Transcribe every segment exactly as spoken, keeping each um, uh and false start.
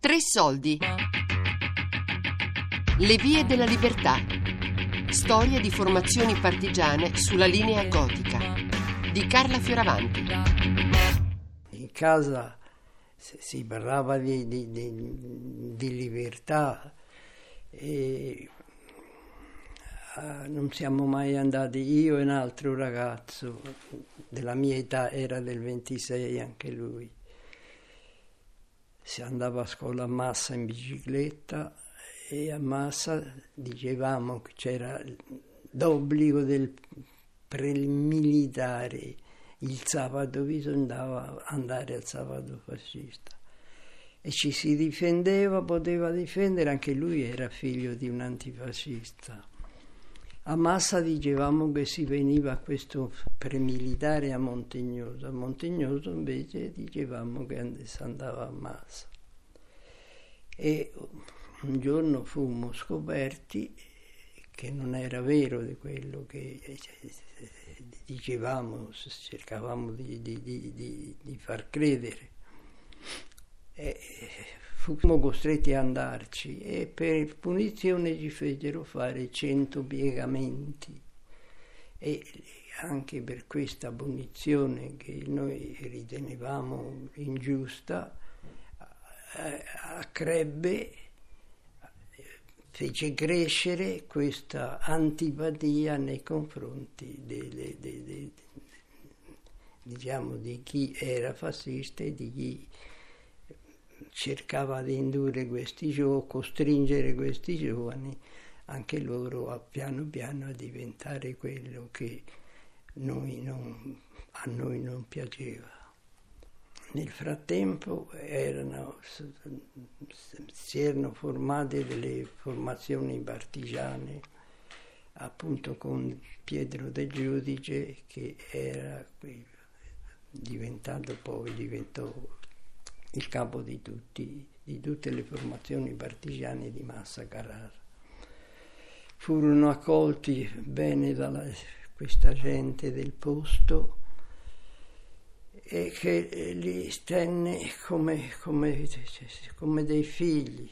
Tre soldi. Le vie della libertà. Storia di formazioni partigiane sulla linea gotica di Carla Fioravanti. In casa si parlava di, di, di, di libertà e non siamo mai andati. Io e un altro ragazzo della mia età, era del ventisei anche lui, si andava a scuola a Massa in bicicletta e a Massa dicevamo che c'era d'obbligo del premilitare il sabato, bisognava andare al sabato fascista e ci si difendeva, poteva difendere, anche lui era figlio di un antifascista. A Massa dicevamo che si veniva a questo premilitare a Montignoso, a Montignoso invece dicevamo che si andava a Massa. E un giorno fummo scoperti che non era vero di quello che dicevamo, cercavamo di, di, di, di far credere. E fummo costretti ad andarci e per punizione ci fecero fare cento piegamenti e anche per questa punizione, che noi ritenevamo ingiusta, accrebbe, fece crescere questa antipatia nei confronti delle, delle, delle, diciamo, di chi era fascista e di chi cercava di indurre questi giovani, costringere questi giovani, anche loro a piano piano a diventare quello che noi non, a noi non piaceva. Nel frattempo erano, si erano formate delle formazioni partigiane, appunto con Pietro De Giudice, che era diventato poi diventò il capo di tutti, di tutte le formazioni partigiane di Massa Carrara. Furono accolti bene da questa gente del posto e che li stenne come, come, come dei figli.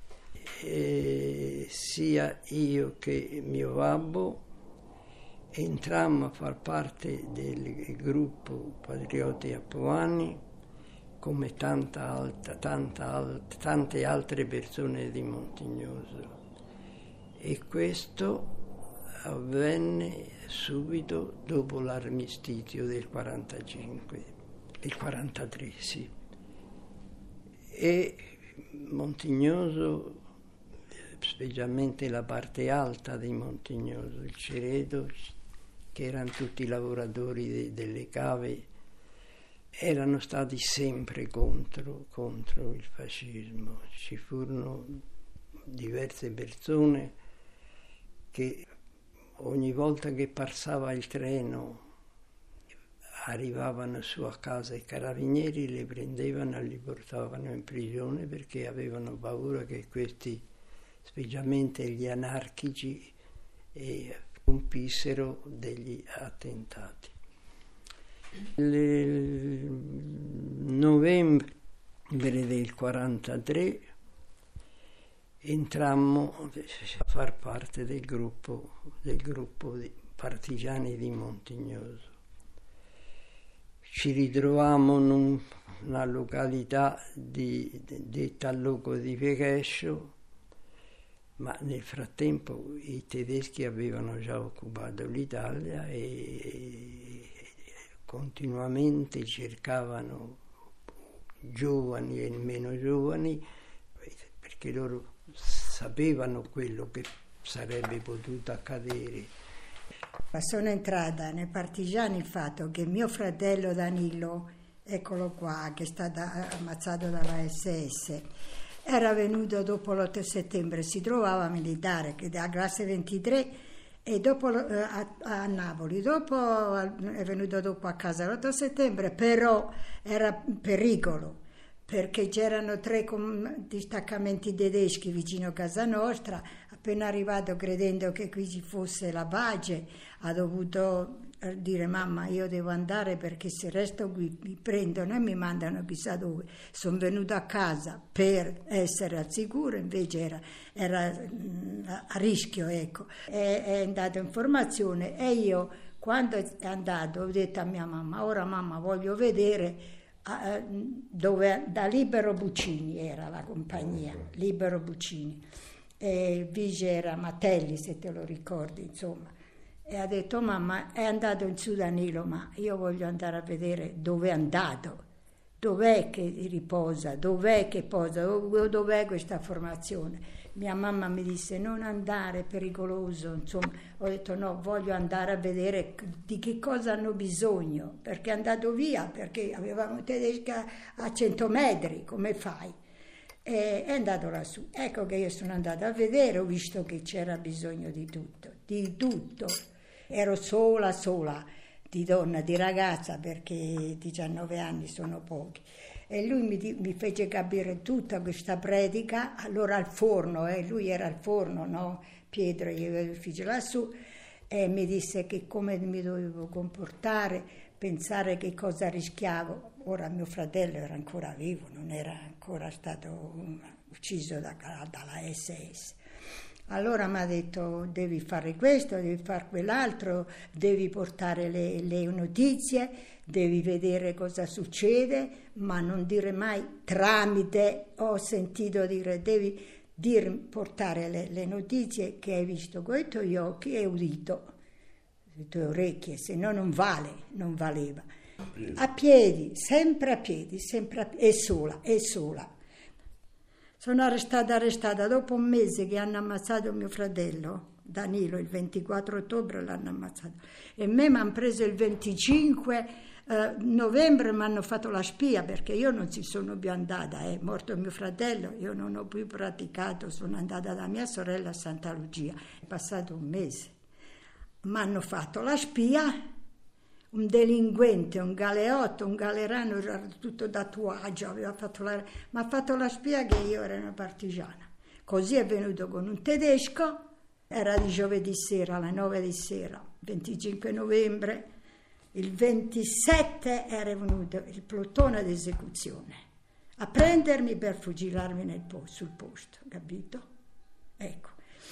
E sia io che mio babbo entrammo a far parte del gruppo Patrioti Appuani, come tanta alta, tanta alta, tante altre persone di Montignoso. E questo avvenne subito dopo l'armistizio del quarantacinque, del quarantatré, sì. E Montignoso, specialmente la parte alta di Montignoso, il Ceredo, che erano tutti lavoratori de, delle cave, erano stati sempre contro, contro il fascismo. Ci furono diverse persone che ogni volta che passava il treno arrivavano su a casa i carabinieri, le prendevano e li portavano in prigione perché avevano paura che questi, specialmente gli anarchici, eh, compissero degli attentati. Nel novembre del quarantatré entrammo a far parte del gruppo, del gruppo di partigiani di Montignoso. Ci ritrovammo in un, una località di, de, detta Loco di Pechescio, ma nel frattempo i tedeschi avevano già occupato l'Italia e continuamente cercavano giovani e meno giovani, perché loro sapevano quello che sarebbe potuto accadere. Sono entrata nei partigiani il fatto che mio fratello Danilo, eccolo qua, che è stato ammazzato dalla S S, era venuto dopo l'otto settembre, si trovava militare, che da classe ventitré, e dopo a, a Napoli, dopo è venuto dopo a casa l'otto settembre, però era pericolo, perché c'erano tre com- distaccamenti tedeschi vicino a casa nostra. Appena arrivato, credendo che qui ci fosse la pace, ha dovuto dire: mamma, io devo andare perché se resto qui mi prendono e mi mandano chissà dove. Sono venuta a casa per essere al sicuro, invece era, era a rischio, ecco. È, è andato in formazione e io, quando è andato, ho detto a mia mamma: ora mamma, voglio vedere dove, da Libero Buccini era la compagnia, Libero Buccini, e vice era Matelli, se te lo ricordi, insomma. E ha detto: mamma, è andato in su Danilo, ma io voglio andare a vedere dove è andato, dov'è che riposa, dov'è che posa, dov'è questa formazione. Mia mamma mi disse: non andare, è pericoloso, insomma. Ho detto: no, voglio andare a vedere di che cosa hanno bisogno, perché è andato via, perché avevamo tedesca a cento metri, come fai? E è andato lassù. Ecco che io sono andata a vedere, ho visto che c'era bisogno di tutto, di tutto. Ero sola, sola, di donna, di ragazza, perché diciannove anni sono pochi. E lui mi, mi fece capire tutta questa predica. Allora al forno, eh, lui era al forno, no? Pietro, io avevo il figlio lassù, e mi disse che come mi dovevo comportare, pensare che cosa rischiavo. Ora mio fratello era ancora vivo, non era ancora stato ucciso da, dalla esse esse. Allora mi ha detto: devi fare questo, devi fare quell'altro, devi portare le, le notizie, devi vedere cosa succede, ma non dire mai tramite. Ho sentito dire: devi dire, portare le, le notizie che hai visto con i tuoi occhi e udito, le tue orecchie, se no non vale, non valeva. A piedi, a piedi sempre a piedi, sempre a piedi, e sola, e sola. Sono arrestata, arrestata dopo un mese che hanno ammazzato mio fratello, Danilo, il ventiquattro ottobre l'hanno ammazzato. E me mi hanno preso il venticinque eh, novembre, mi hanno fatto la spia, perché io non ci sono più andata, è morto mio fratello, io non ho più praticato, sono andata da mia sorella a Santa Lucia, è passato un mese. Mi hanno fatto la spia, un delinquente, un galeotto, un galerano, era tutto tatuaggio, aveva fatto la, mi ha fatto la spia che io ero una partigiana. Così è venuto con un tedesco, era di giovedì sera, alle nove di sera, venticinque novembre, il ventisette era venuto il plotone d'esecuzione a prendermi per fucilarmi nel posto, sul posto, capito? Ecco.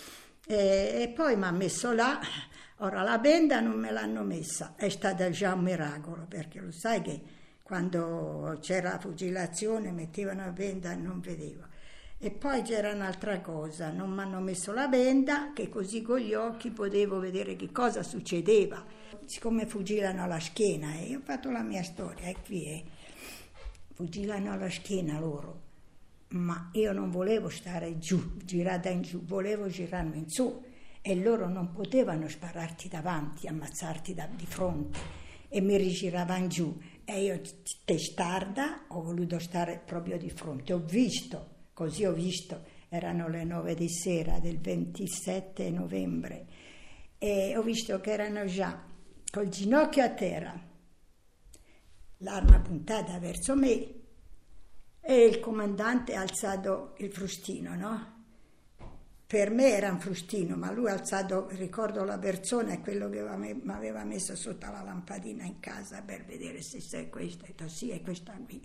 E, e poi mi ha messo là. Ora la benda non me l'hanno messa, è stata già un miracolo, perché lo sai che quando c'era la fucilazione mettevano la benda e non vedevo. E poi c'era un'altra cosa, non mi hanno messo la benda, che così con gli occhi potevo vedere che cosa succedeva. Siccome fucilano alla schiena, e eh, io ho fatto la mia storia, e qui è, fucilano alla schiena loro, ma io non volevo stare giù, girata in giù, volevo girarmi in su. E loro non potevano spararti davanti, ammazzarti da, di fronte, e mi rigiravano giù. E io, testarda, ho voluto stare proprio di fronte. Ho visto, così ho visto, erano le nove di sera del ventisette novembre, e ho visto che erano già col ginocchio a terra, l'arma puntata verso me, e il comandante ha alzato il frustino, no? Per me era un frustino, ma lui ha alzato, ricordo la persona, è quello che mi aveva messo sotto la lampadina in casa per vedere se è questa, e sì, è questa qui.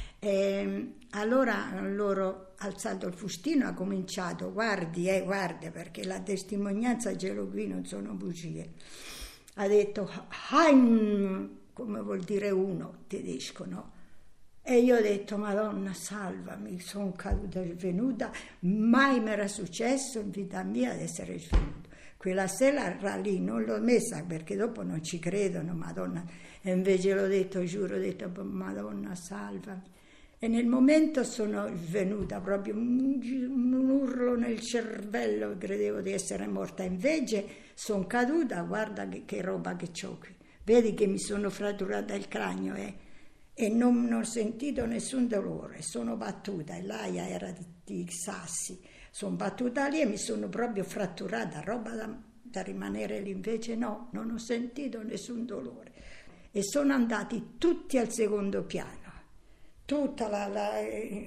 E allora loro ha alzato il frustino, ha cominciato: guardi, eh, guarda, perché la testimonianza ce l'ho qui, non sono bugie. Ha detto Heim, come vuol dire uno, tedesco, no? E io ho detto: Madonna salvami, sono caduta svenuta, mai mi era successo in vita mia di essere svenuta. Quella sera era lì, non l'ho messa perché dopo non ci credono, Madonna. E invece l'ho detto, giuro, ho detto: Madonna salvami. E nel momento sono svenuta, proprio un, un urlo nel cervello, credevo di essere morta. Invece sono caduta, guarda che, che roba che c'ho qui. Vedi che mi sono fratturata il cranio, eh? E non, non ho sentito nessun dolore, sono battuta, e l'aia era di, di sassi, sono battuta lì e mi sono proprio fratturata, roba da, da rimanere lì. Invece no, non ho sentito nessun dolore, e sono andati tutti al secondo piano, tutta la, la,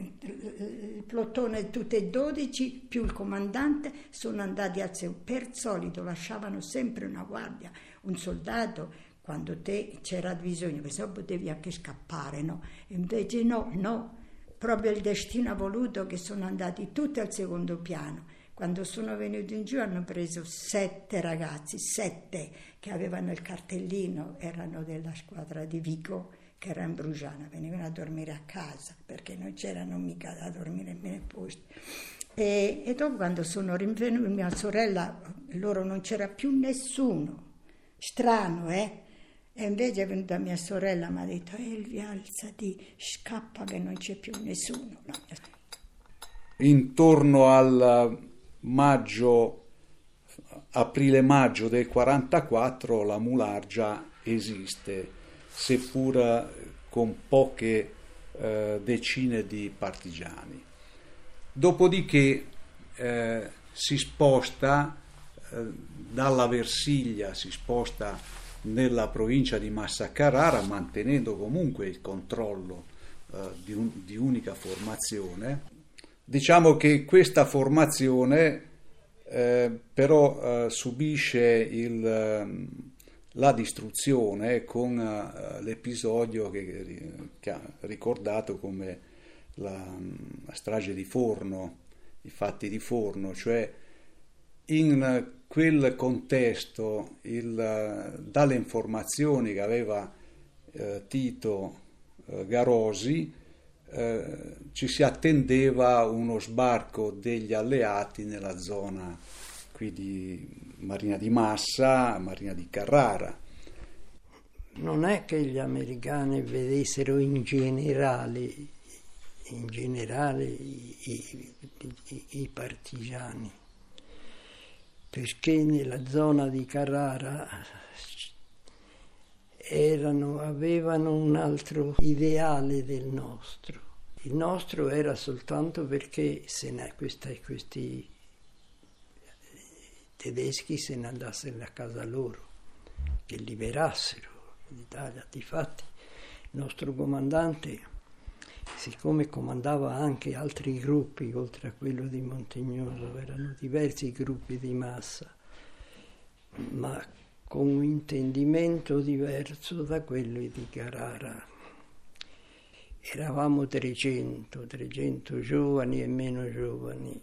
il plotone, tutte e dodici, più il comandante, sono andati al Seul. Per solito lasciavano sempre una guardia, un soldato, quando te c'era bisogno, perché se no potevi anche scappare, no? Invece no, no, proprio il destino ha voluto che sono andati tutti al secondo piano. Quando sono venuti in giù hanno preso sette ragazzi, sette che avevano il cartellino, erano della squadra di Vico, che era in Brugiana, venivano a dormire a casa, perché non c'erano mica da dormire nei posti. E, e dopo quando sono rinvenuta, mia sorella, loro non c'era più nessuno, strano, eh? E invece è venuta mia sorella, mi ha detto, Elvia, alzati, scappa che non c'è più nessuno. No. Intorno al maggio, aprile-maggio del quarantaquattro la Mulargia esiste, seppur con poche eh, decine di partigiani. Dopodiché eh, si sposta eh, dalla Versiglia, si sposta nella provincia di Massa Carrara, mantenendo comunque il controllo eh, di, un, di unica formazione. Diciamo che questa formazione eh, però eh, subisce il, la distruzione con eh, l'episodio che, che ha ricordato come la, la strage di Forno, i fatti di Forno, cioè in quel contesto, il, dalle informazioni che aveva eh, Tito eh, Garosi, eh, ci si attendeva uno sbarco degli alleati nella zona qui di Marina di Massa, Marina di Carrara. Non è che gli americani vedessero in generale, in generale i, i, i, i partigiani, perché nella zona di Carrara erano, avevano un altro ideale del nostro. Il nostro era soltanto perché se ne, questa, questi tedeschi se ne andassero a casa loro, che liberassero l'Italia. Difatti il nostro comandante, siccome comandava anche altri gruppi oltre a quello di Montignoso, erano diversi gruppi di massa, ma con un intendimento diverso da quello di Carrara. Eravamo trecento, trecento giovani e meno giovani.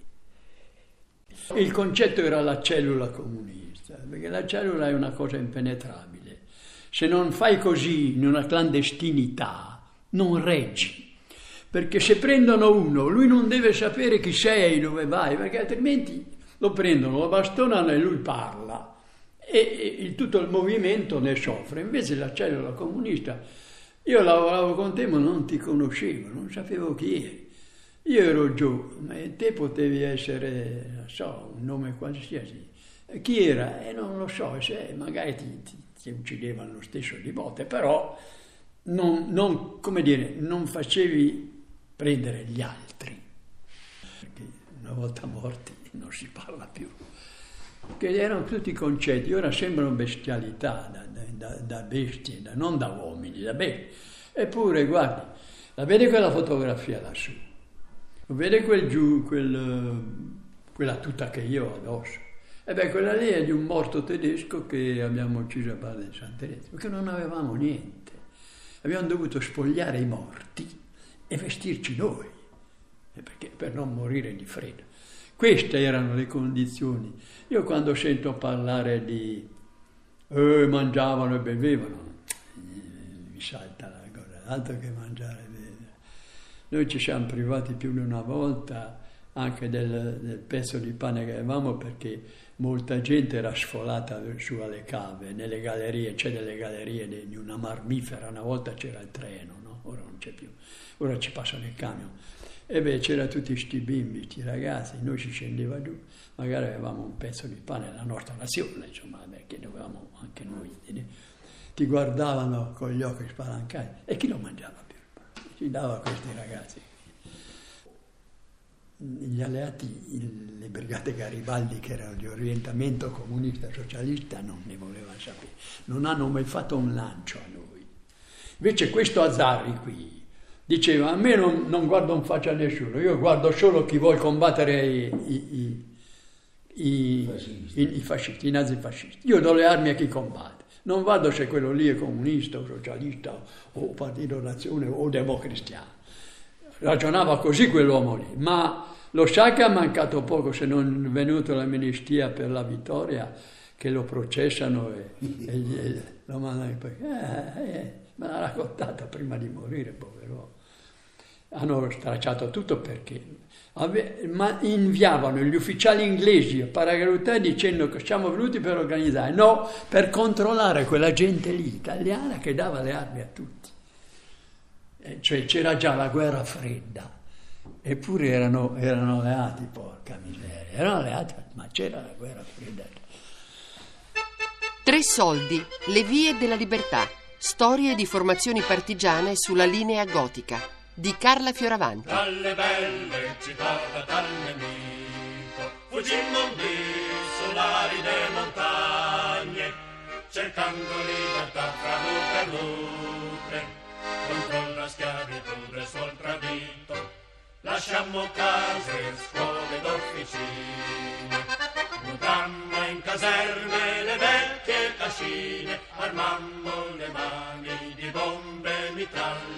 Il concetto era la cellula comunista, perché la cellula è una cosa impenetrabile. Se non fai così in una clandestinità, non reggi. Perché se prendono uno, lui non deve sapere chi sei, dove vai, perché altrimenti lo prendono, lo bastonano e lui parla. E, e il, tutto il movimento ne soffre. Invece la cellula comunista, io lavoravo con te ma non ti conoscevo, non sapevo chi eri. Io ero giù, ma te potevi essere, non so, un nome qualsiasi. Chi era? Eh, non lo so, se magari ti, ti, ti uccidevano lo stesso di botte, però non, non, come dire, non facevi prendere gli altri. Perché una volta morti non si parla più. Che erano tutti concetti, ora sembrano bestialità, da, da, da bestie, da, non da uomini, da bestie. Eppure, guardi, la vede quella fotografia lassù, vede quel giù, quel, quella tuta che io ho addosso. E beh, quella lì è di un morto tedesco che abbiamo ucciso a Valle di San Terenzio, perché non avevamo niente. Abbiamo dovuto spogliare i morti e vestirci noi, perché, per non morire di freddo. Queste erano le condizioni. Io quando sento parlare di eh, mangiavano e bevevano, mi salta la cosa, altro che mangiare e bevere. Noi ci siamo privati più di una volta anche del, del pezzo di pane che avevamo, perché molta gente era sfolata su alle cave, nelle gallerie, c'è delle gallerie di una marmifera, una volta c'era il treno, no? Ora non c'è più, ora ci passano i camion. E beh, c'erano tutti sti bimbi, sti ragazzi, noi si scendeva giù, magari avevamo un pezzo di pane, la nostra nazione, insomma, perché dovevamo anche noi, ti guardavano con gli occhi spalancati, e chi lo mangiava più? Si dava a questi ragazzi. Gli alleati, le brigate Garibaldi, che erano di orientamento comunista socialista, non ne volevano sapere, non hanno mai fatto un lancio a noi. Invece questo Azzarri qui, diceva: a me non, non guardo in faccia a nessuno, io guardo solo chi vuole combattere i, i, i, i, fascisti. I, i fascisti, i nazifascisti. Io do le armi a chi combatte, non vado se quello lì è comunista o socialista o partito nazione o democristiano. Ragionava così quell'uomo lì, ma lo sa che ha mancato poco, se non è venuto l'amnistia per la vittoria, che lo processano e, e, e lo mandano in eh, eh, me l'ha raccontata prima di morire, povero. Hanno stracciato tutto perché ave, ma inviavano gli ufficiali inglesi a Paragalutà dicendo che siamo venuti per organizzare, no, per controllare quella gente lì italiana che dava le armi a tutti. E cioè c'era già la guerra fredda, eppure erano, erano alleati, porca miseria, erano alleati, ma c'era la guerra fredda. Tre soldi, le vie della libertà, storie di formazioni partigiane sulla linea gotica, di Carla Fioravanti. Dalle belle città dal nemico, fuggimmo lì sull'aride montagne, cercando libertà fra lupe e lupe, contro la schiavitù del suo tradito. Lasciammo case, scuole d'officine, mutammo in caserme le vecchie cascine, armammo le mani di bombe mitragliate.